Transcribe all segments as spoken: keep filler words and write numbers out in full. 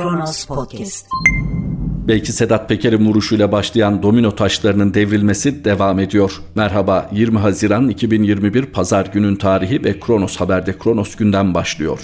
Kronos Podcast. Belki Sedat Peker'in vuruşuyla başlayan domino taşlarının devrilmesi devam ediyor. Merhaba, yirmi Haziran iki bin yirmi bir Pazar günün tarihi ve Kronos Haber'de Kronos günden başlıyor.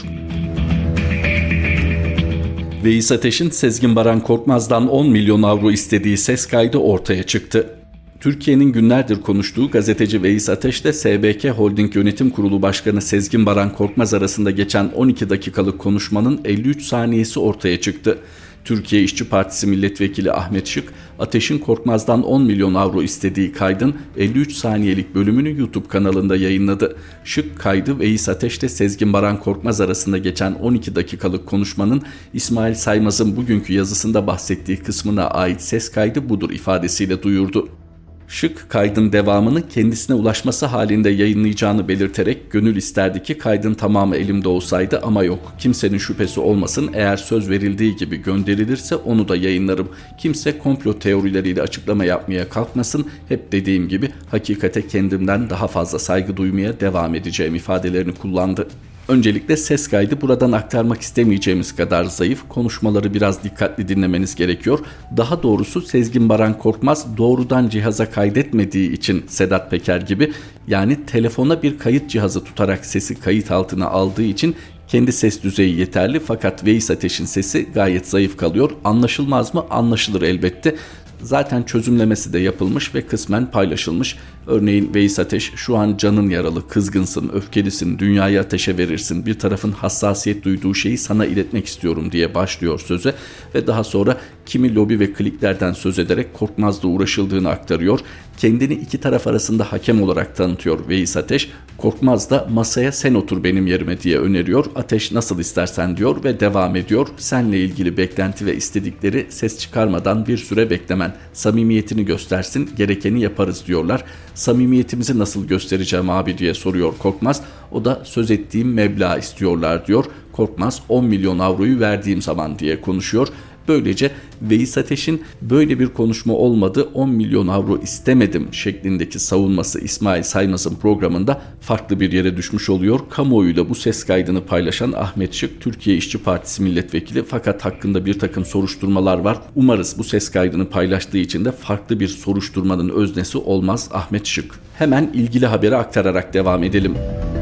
Veys Ateş'in Sezgin Baran Korkmaz'dan on milyon avro istediği ses kaydı ortaya çıktı. Türkiye'nin günlerdir konuştuğu gazeteci Veys Ateş ile S B K Holding Yönetim Kurulu Başkanı Sezgin Baran Korkmaz arasında geçen on iki dakikalık konuşmanın elli üç saniyesi ortaya çıktı. Türkiye İşçi Partisi Milletvekili Ahmet Şık, Ateş'in Korkmaz'dan on milyon avro istediği kaydın elli üç saniyelik bölümünü YouTube kanalında yayınladı. Şık kaydı Veys Ateş ile Sezgin Baran Korkmaz arasında geçen on iki dakikalık konuşmanın İsmail Saymaz'ın bugünkü yazısında bahsettiği kısmına ait ses kaydı budur ifadesiyle duyurdu. Şık kaydın devamını kendisine ulaşması halinde yayınlayacağını belirterek gönül isterdi ki kaydın tamamı elimde olsaydı ama yok. Kimsenin şüphesi olmasın, eğer söz verildiği gibi gönderilirse onu da yayınlarım. Kimse komplo teorileriyle açıklama yapmaya kalkmasın. Hep dediğim gibi hakikate kendimden daha fazla saygı duymaya devam edeceğim ifadelerini kullandı. Öncelikle ses kaydı buradan aktarmak istemeyeceğimiz kadar zayıf, konuşmaları biraz dikkatli dinlemeniz gerekiyor. Daha doğrusu Sezgin Baran Korkmaz doğrudan cihaza kaydetmediği için Sedat Peker gibi, yani telefona bir kayıt cihazı tutarak sesi kayıt altına aldığı için kendi ses düzeyi yeterli, fakat Veys Ateş'in sesi gayet zayıf kalıyor. Anlaşılmaz mı? Anlaşılır elbette. Zaten çözümlemesi de yapılmış ve kısmen paylaşılmış. Örneğin Veys Ateş, şu an canın yaralı, kızgınsın, öfkelisin, dünyayı ateşe verirsin, bir tarafın hassasiyet duyduğu şeyi sana iletmek istiyorum diye başlıyor söze ve daha sonra kimi lobi ve kliklerden söz ederek Korkmaz'la uğraşıldığını aktarıyor. Kendini iki taraf arasında hakem olarak tanıtıyor Veys Ateş. Korkmaz da masaya sen otur benim yerime diye öneriyor. Ateş nasıl istersen diyor ve devam ediyor. Seninle ilgili beklenti ve istedikleri ses çıkarmadan bir süre beklemen, samimiyetini göstersin, gerekeni yaparız diyorlar. Samimiyetimizi nasıl göstereceğim abi diye soruyor Korkmaz. O da söz ettiğim meblağ istiyorlar diyor. Korkmaz on milyon avroyu verdiğim zaman diye konuşuyor. Böylece Veys Ateş'in böyle bir konuşma olmadı, on milyon avro istemedim şeklindeki savunması İsmail Saymaz'ın programında farklı bir yere düşmüş oluyor. Kamuoyuyla bu ses kaydını paylaşan Ahmet Şık, Türkiye İşçi Partisi Milletvekili, fakat hakkında bir takım soruşturmalar var. Umarız bu ses kaydını paylaştığı için de farklı bir soruşturmanın öznesi olmaz Ahmet Şık. Hemen ilgili haberi aktararak devam edelim.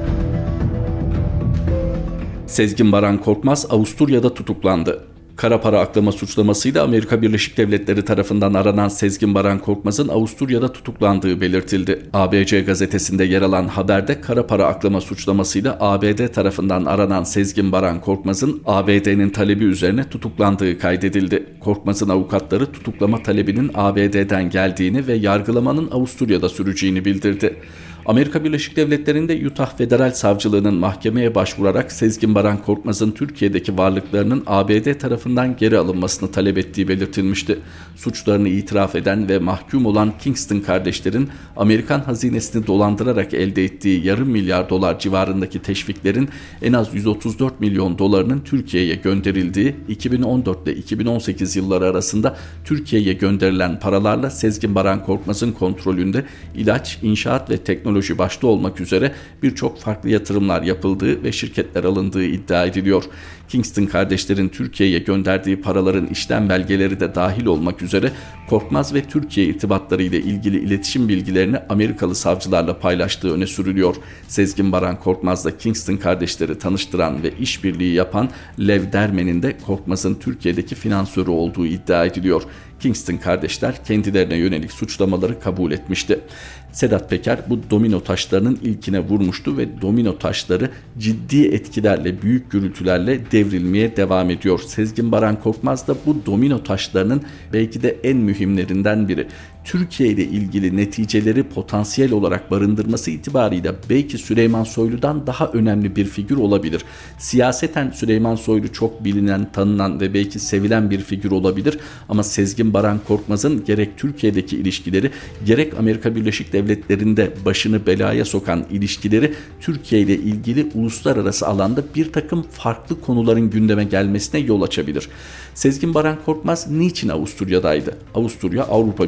Sezgin Baran Korkmaz Avusturya'da tutuklandı. Kara para aklama suçlamasıyla Amerika Birleşik Devletleri tarafından aranan Sezgin Baran Korkmaz'ın Avusturya'da tutuklandığı belirtildi. A B C gazetesinde yer alan haberde kara para aklama suçlamasıyla A B D tarafından aranan Sezgin Baran Korkmaz'ın A B D'nin talebi üzerine tutuklandığı kaydedildi. Korkmaz'ın avukatları tutuklama talebinin A B D'den geldiğini ve yargılamanın Avusturya'da süreceğini bildirdi. Amerika Birleşik Devletleri'nde Utah Federal Savcılığı'nın mahkemeye başvurarak Sezgin Baran Korkmaz'ın Türkiye'deki varlıklarının A B D tarafından geri alınmasını talep ettiği belirtilmişti. Suçlarını itiraf eden ve mahkum olan Kingston kardeşlerin Amerikan hazinesini dolandırarak elde ettiği yarım milyar dolar civarındaki teşviklerin en az yüz otuz dört milyon dolarının Türkiye'ye gönderildiği, iki bin on dört ile iki bin on sekiz yılları arasında Türkiye'ye gönderilen paralarla Sezgin Baran Korkmaz'ın kontrolünde ilaç, inşaat ve teknoloji başta olmak üzere birçok farklı yatırımlar yapıldığı ve şirketler alındığı iddia ediliyor. Kingston kardeşlerin Türkiye'ye gönderdiği paraların işlem belgeleri de dahil olmak üzere Korkmaz ve Türkiye irtibatları ile ilgili iletişim bilgilerini Amerikalı savcılarla paylaştığı öne sürülüyor. Sezgin Baran Korkmaz'la Kingston kardeşleri tanıştıran ve işbirliği yapan Lev Dermen'in de Korkmaz'ın Türkiye'deki finansörü olduğu iddia ediliyor. Kingston kardeşler kendilerine yönelik suçlamaları kabul etmişti. Sedat Peker bu domino taşlarının ilkine vurmuştu ve domino taşları ciddi etkilerle, büyük gürültülerle devrilmeye devam ediyor. Sezgin Baran Korkmaz da bu domino taşlarının belki de en mühimlerinden biri. Türkiye ile ilgili neticeleri potansiyel olarak barındırması itibarıyla belki Süleyman Soylu'dan daha önemli bir figür olabilir. Siyaseten Süleyman Soylu çok bilinen, tanınan ve belki sevilen bir figür olabilir ama Sezgin Baran Korkmaz'ın gerek Türkiye'deki ilişkileri, gerek Amerika Birleşik Devletleri'nde başını belaya sokan ilişkileri Türkiye ile ilgili uluslararası alanda bir takım farklı konuların gündeme gelmesine yol açabilir. Sezgin Baran Korkmaz niçin Avusturya'daydı? Avusturya Avrupa Birliği üyesi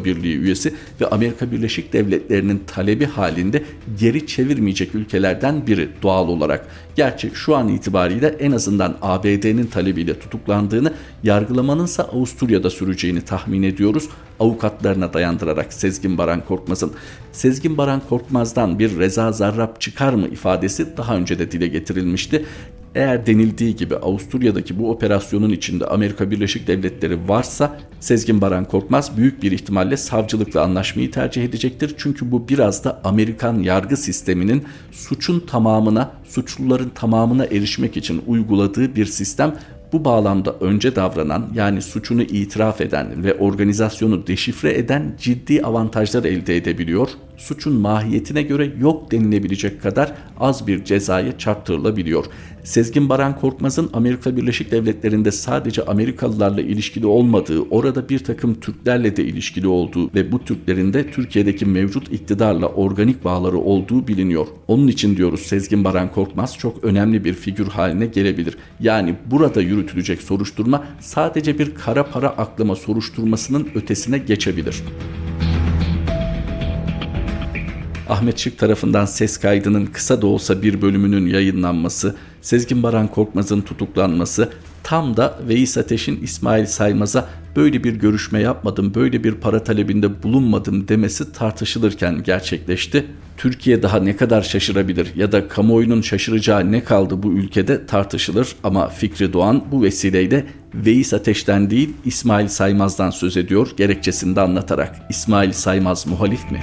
üyesi ve Amerika Birleşik Devletleri'nin talebi halinde geri çevirmeyecek ülkelerden biri doğal olarak. Gerçi şu an itibariyle en azından A B D'nin talebiyle tutuklandığını, yargılamanınsa Avusturya'da süreceğini tahmin ediyoruz. Avukatlarına dayandırarak Sezgin Baran Korkmaz'ın. Sezgin Baran Korkmaz'dan bir Reza Zarrab çıkar mı ifadesi daha önce de dile getirilmişti. Eğer denildiği gibi Avusturya'daki bu operasyonun içinde Amerika Birleşik Devletleri varsa Sezgin Baran Korkmaz büyük bir ihtimalle savcılıkla anlaşmayı tercih edecektir. Çünkü bu biraz da Amerikan yargı sisteminin suçun tamamına, suçluların tamamına erişmek için uyguladığı bir sistem. Bu bağlamda önce davranan, yani suçunu itiraf eden ve organizasyonu deşifre eden ciddi avantajlar elde edebiliyor. Suçun mahiyetine göre yok denilebilecek kadar az bir cezaya çarptırılabiliyor. Sezgin Baran Korkmaz'ın Amerika Birleşik Devletleri'nde sadece Amerikalılarla ilişkili olmadığı, orada bir takım Türklerle de ilişkili olduğu ve bu Türklerin de Türkiye'deki mevcut iktidarla organik bağları olduğu biliniyor. Onun için diyoruz Sezgin Baran Korkmaz çok önemli bir figür haline gelebilir. Yani burada yürütülecek soruşturma sadece bir kara para aklama soruşturmasının ötesine geçebilir. Ahmet Şık tarafından ses kaydının kısa da olsa bir bölümünün yayınlanması, Sezgin Baran Korkmaz'ın tutuklanması, tam da Veys Ateş'in İsmail Saymaz'a böyle bir görüşme yapmadım, böyle bir para talebinde bulunmadım demesi tartışılırken gerçekleşti. Türkiye daha ne kadar şaşırabilir ya da kamuoyunun şaşıracağı ne kaldı bu ülkede tartışılır ama Fikri Doğan bu vesileyle Veys Ateş'ten değil İsmail Saymaz'dan söz ediyor, gerekçesini de anlatarak. İsmail Saymaz muhalif mi?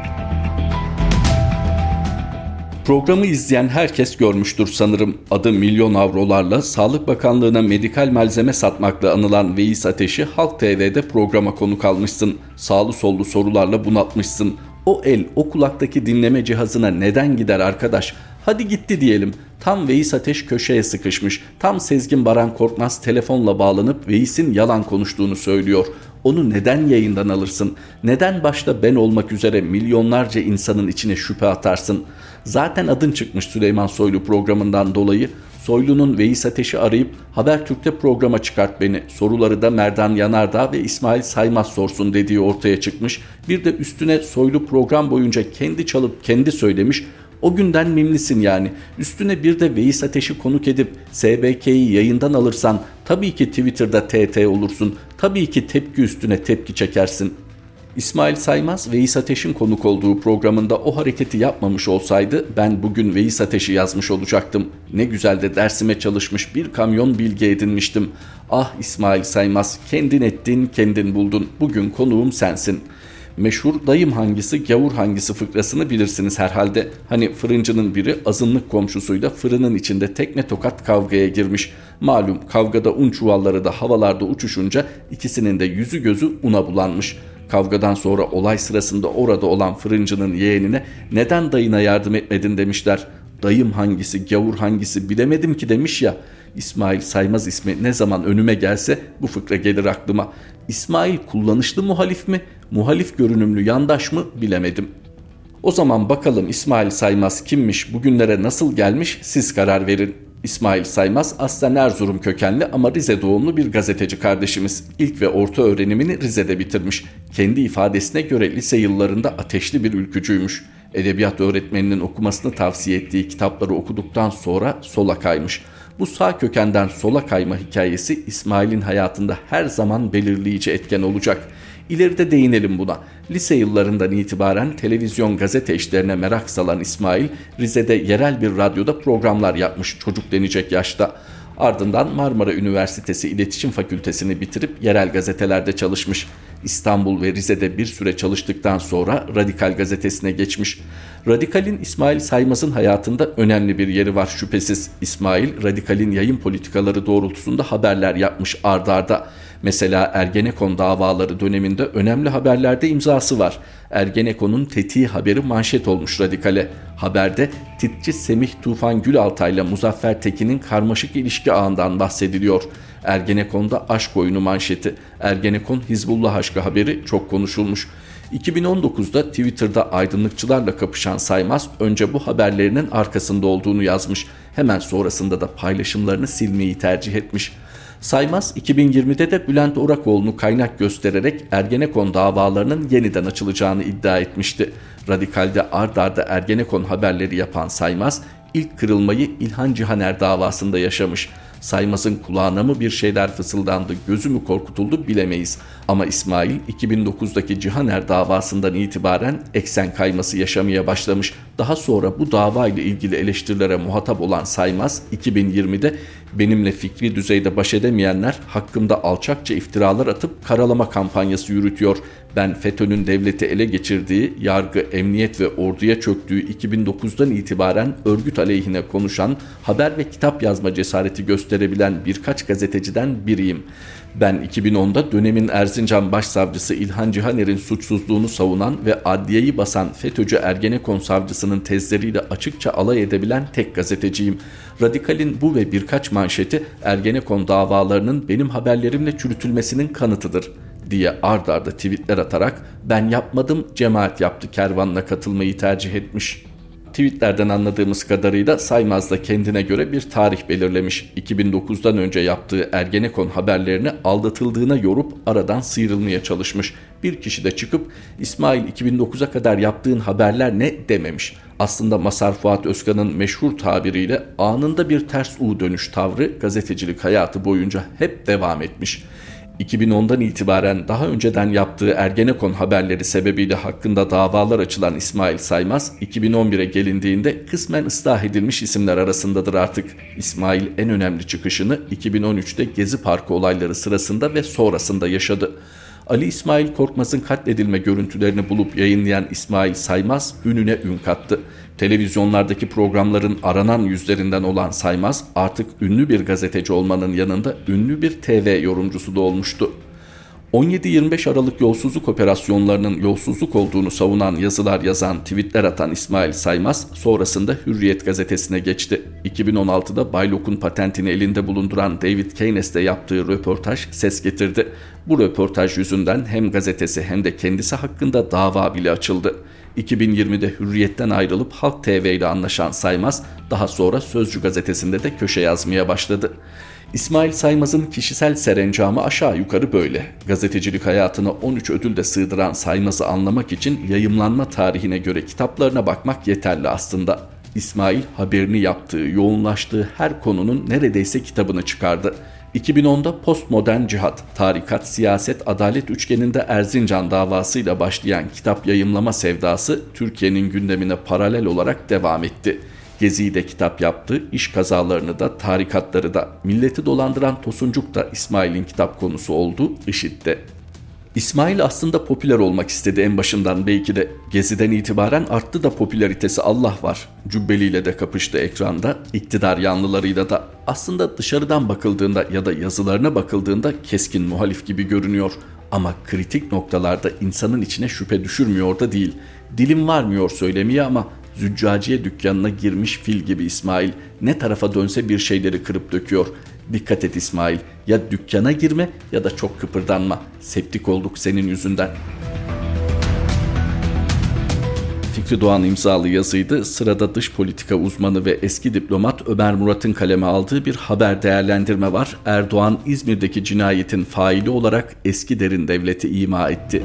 Programı izleyen herkes görmüştür sanırım. Adı milyon avrolarla Sağlık Bakanlığı'na medikal malzeme satmakla anılan Veys Ateş'i Halk T V'de programa konuk almışsın. Sağlı sollu sorularla bunaltmışsın. O el o kulaktaki dinleme cihazına neden gider arkadaş? Hadi gitti diyelim. Tam Veys Ateş köşeye sıkışmış. Tam Sezgin Baran Korkmaz telefonla bağlanıp Veys'in yalan konuştuğunu söylüyor. Onu neden yayından alırsın? Neden başta ben olmak üzere milyonlarca insanın içine şüphe atarsın? Zaten adın çıkmış Süleyman Soylu programından dolayı. Soylu'nun Veys Ateş'i arayıp Habertürk'te programa çıkart beni, soruları da Merdan Yanardağ ve İsmail Saymaz sorsun dediği ortaya çıkmış. Bir de üstüne Soylu program boyunca kendi çalıp kendi söylemiş. O günden mimlisin yani. Üstüne bir de Veys Ateş'i konuk edip S B K'yi yayından alırsan tabii ki Twitter'da T T olursun. Tabii ki tepki üstüne tepki çekersin. İsmail Saymaz, Veys Ateş'in konuk olduğu programında o hareketi yapmamış olsaydı ben bugün Veys Ateş'i yazmış olacaktım. Ne güzel de dersime çalışmış bir kamyon bilgi edinmiştim. Ah İsmail Saymaz, kendin ettin, kendin buldun. Bugün konuğum sensin. Meşhur dayım hangisi, gavur hangisi fıkrasını bilirsiniz herhalde. Hani fırıncının biri azınlık komşusuyla fırının içinde tekme tokat kavgaya girmiş. Malum kavgada un çuvalları da havalarda uçuşunca ikisinin de yüzü gözü una bulanmış. Kavgadan sonra olay sırasında orada olan fırıncının yeğenine neden dayına yardım etmedin demişler. Dayım hangisi, gavur hangisi bilemedim ki demiş ya. İsmail Saymaz ismi ne zaman önüme gelse bu fıkra gelir aklıma. İsmail kullanışlı muhalif mi, muhalif görünümlü yandaş mı bilemedim. O zaman bakalım İsmail Saymaz kimmiş, bugünlere nasıl gelmiş, siz karar verin. İsmail Saymaz aslen Erzurum kökenli ama Rize doğumlu bir gazeteci kardeşimiz. İlk ve orta öğrenimini Rize'de bitirmiş. Kendi ifadesine göre lise yıllarında ateşli bir ülkücüymüş. Edebiyat öğretmeninin okumasını tavsiye ettiği kitapları okuduktan sonra sola kaymış. Bu sağ kökenden sola kayma hikayesi İsmail'in hayatında her zaman belirleyici etken olacak. İleride değinelim buna. Lise yıllarından itibaren televizyon gazete işlerine merak salan İsmail, Rize'de yerel bir radyoda programlar yapmış çocuk denecek yaşta. Ardından Marmara Üniversitesi İletişim Fakültesini bitirip yerel gazetelerde çalışmış. İstanbul ve Rize'de bir süre çalıştıktan sonra Radikal gazetesine geçmiş. Radikal'in İsmail Saymaz'ın hayatında önemli bir yeri var şüphesiz. İsmail, Radikal'in yayın politikaları doğrultusunda haberler yapmış ard arda. Mesela Ergenekon davaları döneminde önemli haberlerde imzası var. Ergenekon'un tetiği haberi manşet olmuş Radikal'e. Haberde titçi Semih Tufan Gülaltay ile Muzaffer Tekin'in karmaşık ilişki ağından bahsediliyor. Ergenekon'da aşk oyunu manşeti. Ergenekon Hizbullah aşkı haberi çok konuşulmuş. iki bin on dokuzda Twitter'da aydınlıkçılarla kapışan Saymaz önce bu haberlerinin arkasında olduğunu yazmış. Hemen sonrasında da paylaşımlarını silmeyi tercih etmiş. Saymaz iki bin yirmide de Bülent Orakoğlu'nu kaynak göstererek Ergenekon davalarının yeniden açılacağını iddia etmişti. Radikal'de ard arda Ergenekon haberleri yapan Saymaz, ilk kırılmayı İlhan Cihaner davasında yaşamış. Saymaz'ın kulağına mı bir şeyler fısıldandı, gözü mü korkutuldu bilemeyiz. Ama İsmail iki bin dokuzdaki Cihaner davasından itibaren eksen kayması yaşamaya başlamış. Daha sonra bu dava ile ilgili eleştirilere muhatap olan Saymaz iki bin yirmide benimle fikri düzeyde baş edemeyenler hakkımda alçakça iftiralar atıp karalama kampanyası yürütüyor. Ben FETÖ'nün devleti ele geçirdiği, yargı, emniyet ve orduya çöktüğü iki bin dokuzdan itibaren örgüt aleyhine konuşan, haber ve kitap yazma cesareti gösterebilen birkaç gazeteciden biriyim. Ben iki bin onda dönemin Erzincan Başsavcısı İlhan Cihaner'in suçsuzluğunu savunan ve adliyeyi basan FETÖ'cü Ergenekon savcısının tezleriyle açıkça alay edebilen tek gazeteciyim. Radikal'in bu ve birkaç manşeti Ergenekon davalarının benim haberlerimle çürütülmesinin kanıtıdır diye ard arda tweetler atarak ben yapmadım, cemaat yaptı kervanına katılmayı tercih etmiş. Tweetlerden anladığımız kadarıyla Saymaz da kendine göre bir tarih belirlemiş. iki bin dokuzdan önce yaptığı Ergenekon haberlerini aldatıldığına yorup aradan sıyrılmaya çalışmış. Bir kişi de çıkıp İsmail iki bin dokuza kadar yaptığın haberler ne dememiş. Aslında Mazhar Fuat Özkan'ın meşhur tabiriyle anında bir ters U dönüş tavrı gazetecilik hayatı boyunca hep devam etmiş. iki bin ondan itibaren daha önceden yaptığı Ergenekon haberleri sebebiyle hakkında davalar açılan İsmail Saymaz, iki bin on bire gelindiğinde kısmen ıslah edilmiş isimler arasındadır artık. İsmail en önemli çıkışını iki bin on üçte Gezi Parkı olayları sırasında ve sonrasında yaşadı. Ali İsmail Korkmaz'ın katledilme görüntülerini bulup yayınlayan İsmail Saymaz ününe ün kattı. Televizyonlardaki programların aranan yüzlerinden olan Saymaz artık ünlü bir gazeteci olmanın yanında ünlü bir T V yorumcusu da olmuştu. on yedi yirmi beş Aralık yolsuzluk operasyonlarının yolsuzluk olduğunu savunan yazılar yazan, tweetler atan İsmail Saymaz sonrasında Hürriyet gazetesine geçti. iki bin on altıda Baylok'un patentini elinde bulunduran David Keynes'te yaptığı röportaj ses getirdi. Bu röportaj yüzünden hem gazetesi hem de kendisi hakkında dava bile açıldı. iki bin yirmide Hürriyet'ten ayrılıp Halk T V ile anlaşan Saymaz daha sonra Sözcü gazetesinde de köşe yazmaya başladı. İsmail Saymaz'ın kişisel serencamı aşağı yukarı böyle. Gazetecilik hayatına on üç ödül de sığdıran Saymaz'ı anlamak için yayımlanma tarihine göre kitaplarına bakmak yeterli aslında. İsmail haberini yaptığı, yoğunlaştığı her konunun neredeyse kitabını çıkardı. iki bin onda Postmodern Cihat, Tarikat, Siyaset, Adalet üçgeninde Erzincan davasıyla başlayan kitap yayımlama sevdası Türkiye'nin gündemine paralel olarak devam etti. Gezi'yi de kitap yaptı, iş kazalarını da, tarikatları da, milleti dolandıran Tosuncuk da İsmail'in kitap konusu oldu, IŞİD'de. İsmail aslında popüler olmak istedi en başından belki de. Gezi'den itibaren arttı da popülaritesi, Allah var. Cübbeliyle de kapıştı ekranda, iktidar yanlılarıyla da. Aslında dışarıdan bakıldığında ya da yazılarına bakıldığında keskin muhalif gibi görünüyor. Ama kritik noktalarda insanın içine şüphe düşürmüyor da değil. Dilim varmıyor söylemeye ama züccaciye dükkanına girmiş fil gibi İsmail. Ne tarafa dönse bir şeyleri kırıp döküyor. Dikkat et İsmail, ya dükkana girme ya da çok kıpırdanma. Septik olduk senin yüzünden. Fikri Doğan imzalı yazıydı. Sırada dış politika uzmanı ve eski diplomat Ömer Murat'ın kaleme aldığı bir haber değerlendirme var. Erdoğan İzmir'deki cinayetin faili olarak eski derin devleti ima etti.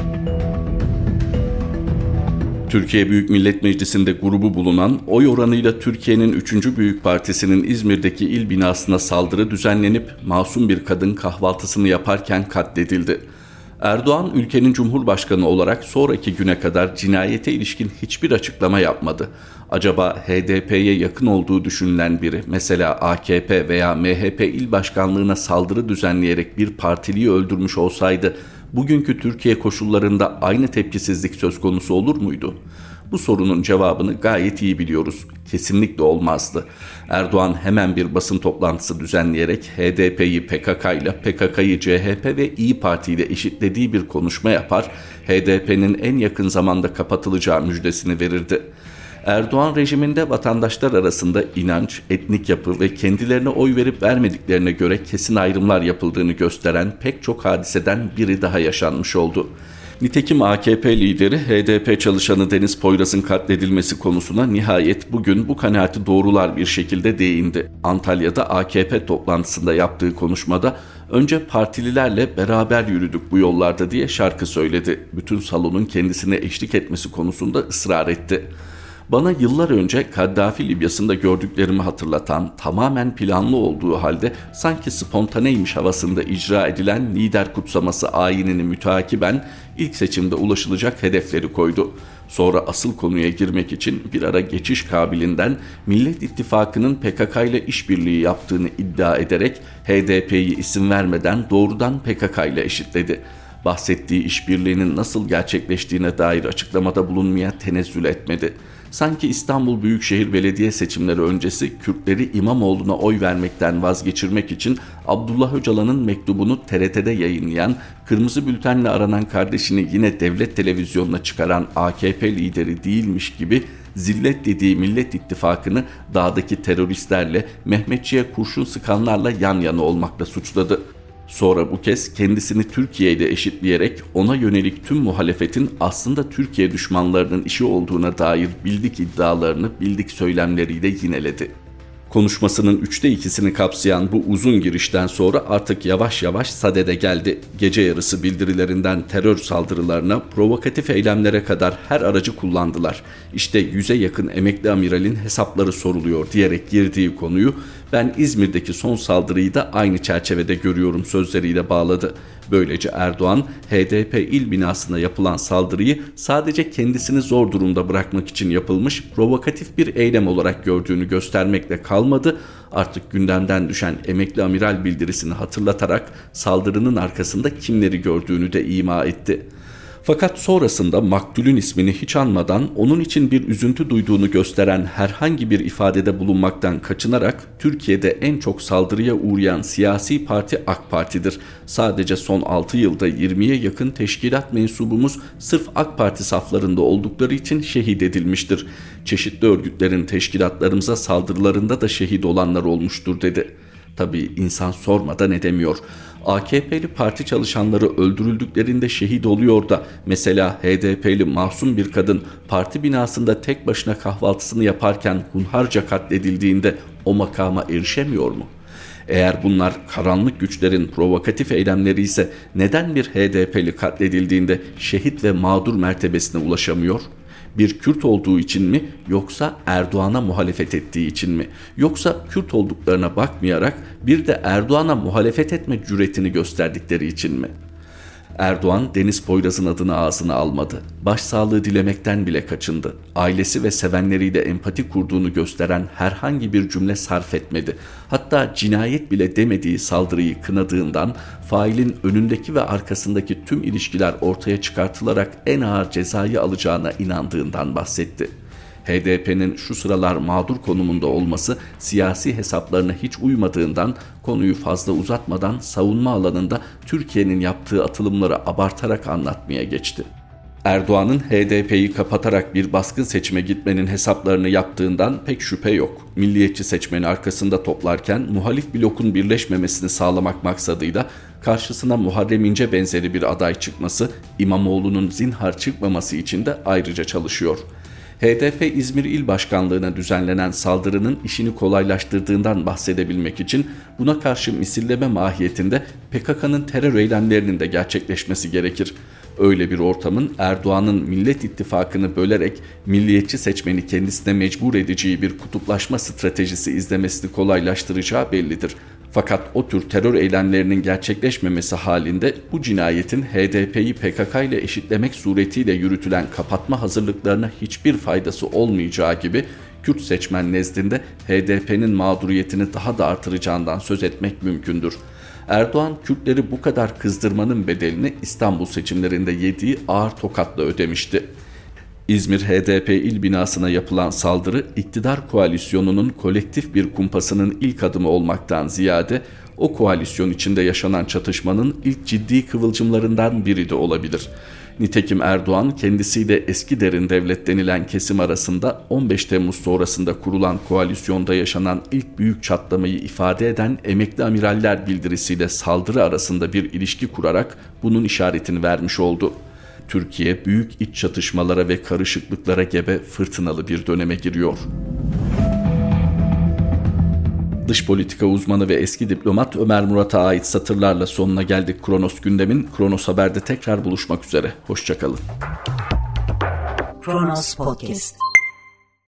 Türkiye Büyük Millet Meclisi'nde grubu bulunan, oy oranıyla Türkiye'nin üçüncü büyük partisinin İzmir'deki il binasına saldırı düzenlenip masum bir kadın kahvaltısını yaparken katledildi. Erdoğan ülkenin cumhurbaşkanı olarak sonraki güne kadar cinayete ilişkin hiçbir açıklama yapmadı. Acaba H D P'ye yakın olduğu düşünülen biri, mesela A K P veya M H P il başkanlığına saldırı düzenleyerek bir partiliyi öldürmüş olsaydı, bugünkü Türkiye koşullarında aynı tepkisizlik söz konusu olur muydu? Bu sorunun cevabını gayet iyi biliyoruz. Kesinlikle olmazdı. Erdoğan hemen bir basın toplantısı düzenleyerek H D P'yi P K K ile, P K K'yı C H P ve İYİ Parti ile eşitlediği bir konuşma yapar, H D P'nin en yakın zamanda kapatılacağı müjdesini verirdi. Erdoğan rejiminde vatandaşlar arasında inanç, etnik yapı ve kendilerine oy verip vermediklerine göre kesin ayrımlar yapıldığını gösteren pek çok hadiseden biri daha yaşanmış oldu. Nitekim A K P lideri H D P çalışanı Deniz Poyraz'ın katledilmesi konusuna nihayet bugün bu kanaati doğrular bir şekilde değindi. Antalya'da A K P toplantısında yaptığı konuşmada önce partililerle beraber yürüdük bu yollarda diye şarkı söyledi. Bütün salonun kendisine eşlik etmesi konusunda ısrar etti. Bana yıllar önce Kaddafi Libyası'nda gördüklerimi hatırlatan, tamamen planlı olduğu halde sanki spontaneymiş havasında icra edilen lider kutsaması ayinini müteakiben ilk seçimde ulaşılacak hedefleri koydu. Sonra asıl konuya girmek için bir ara geçiş kabilinden Millet İttifakı'nın P K K ile işbirliği yaptığını iddia ederek H D P'yi isim vermeden doğrudan P K K ile eşitledi. Bahsettiği işbirliğinin nasıl gerçekleştiğine dair açıklamada bulunmaya tenezzül etmedi. Sanki İstanbul Büyükşehir Belediye seçimleri öncesi Kürtleri İmamoğlu'na oy vermekten vazgeçirmek için Abdullah Öcalan'ın mektubunu T R T'de yayınlayan, kırmızı bültenle aranan kardeşini yine devlet televizyonuna çıkaran A K P lideri değilmiş gibi zillet dediği Millet İttifakı'nı dağdaki teröristlerle, Mehmetçiğe kurşun sıkanlarla yan yana olmakla suçladı. Sonra bu kez kendisini Türkiye ile eşitleyerek ona yönelik tüm muhalefetin aslında Türkiye düşmanlarının işi olduğuna dair bildik iddialarını bildik söylemleriyle yineledi. Konuşmasının üçte ikisini kapsayan bu uzun girişten sonra artık yavaş yavaş sadede geldi. Gece yarısı bildirilerinden terör saldırılarına, provokatif eylemlere kadar her aracı kullandılar. İşte yüze yakın emekli amiralin hesapları soruluyor diyerek girdiği konuyu ben İzmir'deki son saldırıyı da aynı çerçevede görüyorum sözleriyle bağladı. Böylece Erdoğan, H D P il binasına yapılan saldırıyı sadece kendisini zor durumda bırakmak için yapılmış provokatif bir eylem olarak gördüğünü göstermekle kalmadı, artık gündemden düşen emekli amiral bildirisini hatırlatarak saldırının arkasında kimleri gördüğünü de ima etti. Fakat sonrasında maktulün ismini hiç anmadan onun için bir üzüntü duyduğunu gösteren herhangi bir ifadede bulunmaktan kaçınarak Türkiye'de en çok saldırıya uğrayan siyasi parti AK Parti'dir. Sadece son altı yılda yirmiye yakın teşkilat mensubumuz sırf AK Parti saflarında oldukları için şehit edilmiştir. Çeşitli örgütlerin teşkilatlarımıza saldırılarında da şehit olanlar olmuştur dedi. Tabii insan sormadan edemiyor. A K P'li parti çalışanları öldürüldüklerinde şehit oluyor da mesela H D P'li masum bir kadın parti binasında tek başına kahvaltısını yaparken hunharca katledildiğinde o makama erişemiyor mu? Eğer bunlar karanlık güçlerin provokatif eylemleri ise neden bir H D P'li katledildiğinde şehit ve mağdur mertebesine ulaşamıyor? Bir Kürt olduğu için mi, yoksa Erdoğan'a muhalefet ettiği için mi? Yoksa Kürt olduklarına bakmayarak bir de Erdoğan'a muhalefet etme cüretini gösterdikleri için mi? Erdoğan, Deniz Poyraz'ın adını ağzına almadı. Başsağlığı dilemekten bile kaçındı. Ailesi ve sevenleriyle empati kurduğunu gösteren herhangi bir cümle sarf etmedi. Hatta cinayet bile demediği saldırıyı kınadığından, failin önündeki ve arkasındaki tüm ilişkiler ortaya çıkartılarak en ağır cezayı alacağına inandığından bahsetti. H D P'nin şu sıralar mağdur konumunda olması siyasi hesaplarına hiç uymadığından konuyu fazla uzatmadan savunma alanında Türkiye'nin yaptığı atılımları abartarak anlatmaya geçti. Erdoğan'ın H D P'yi kapatarak bir baskın seçime gitmenin hesaplarını yaptığından pek şüphe yok. Milliyetçi seçmeni arkasında toplarken muhalif blokun birleşmemesini sağlamak maksadıyla karşısına Muharrem İnce benzeri bir aday çıkması, İmamoğlu'nun zinhar çıkmaması için de ayrıca çalışıyor. H D P İzmir İl Başkanlığı'na düzenlenen saldırının işini kolaylaştırdığından bahsedebilmek için buna karşı misilleme mahiyetinde P K K'nın terör eylemlerinin de gerçekleşmesi gerekir. Öyle bir ortamın Erdoğan'ın Millet İttifakı'nı bölerek milliyetçi seçmeni kendisine mecbur edeceği bir kutuplaşma stratejisi izlemesini kolaylaştıracağı bellidir. Fakat o tür terör eylemlerinin gerçekleşmemesi halinde bu cinayetin H D P'yi P K K ile eşitlemek suretiyle yürütülen kapatma hazırlıklarına hiçbir faydası olmayacağı gibi Kürt seçmen nezdinde H D P'nin mağduriyetini daha da artıracağından söz etmek mümkündür. Erdoğan, Kürtleri bu kadar kızdırmanın bedelini İstanbul seçimlerinde yediği ağır tokatla ödemişti. İzmir H D P il binasına yapılan saldırı, iktidar koalisyonunun kolektif bir kumpasının ilk adımı olmaktan ziyade, o koalisyon içinde yaşanan çatışmanın ilk ciddi kıvılcımlarından biri de olabilir. Nitekim Erdoğan, kendisiyle eski derin devlet denilen kesim arasında on beş Temmuz sonrasında kurulan koalisyonda yaşanan ilk büyük çatlamayı ifade eden emekli amiraller bildirisiyle saldırı arasında bir ilişki kurarak bunun işaretini vermiş oldu. Türkiye büyük iç çatışmalara ve karışıklıklara gebe fırtınalı bir döneme giriyor. Dış politika uzmanı ve eski diplomat Ömer Murat'a ait satırlarla sonuna geldik Kronos gündemin. Kronos Haber'de tekrar buluşmak üzere. Hoşça kalın. Kronos Podcast.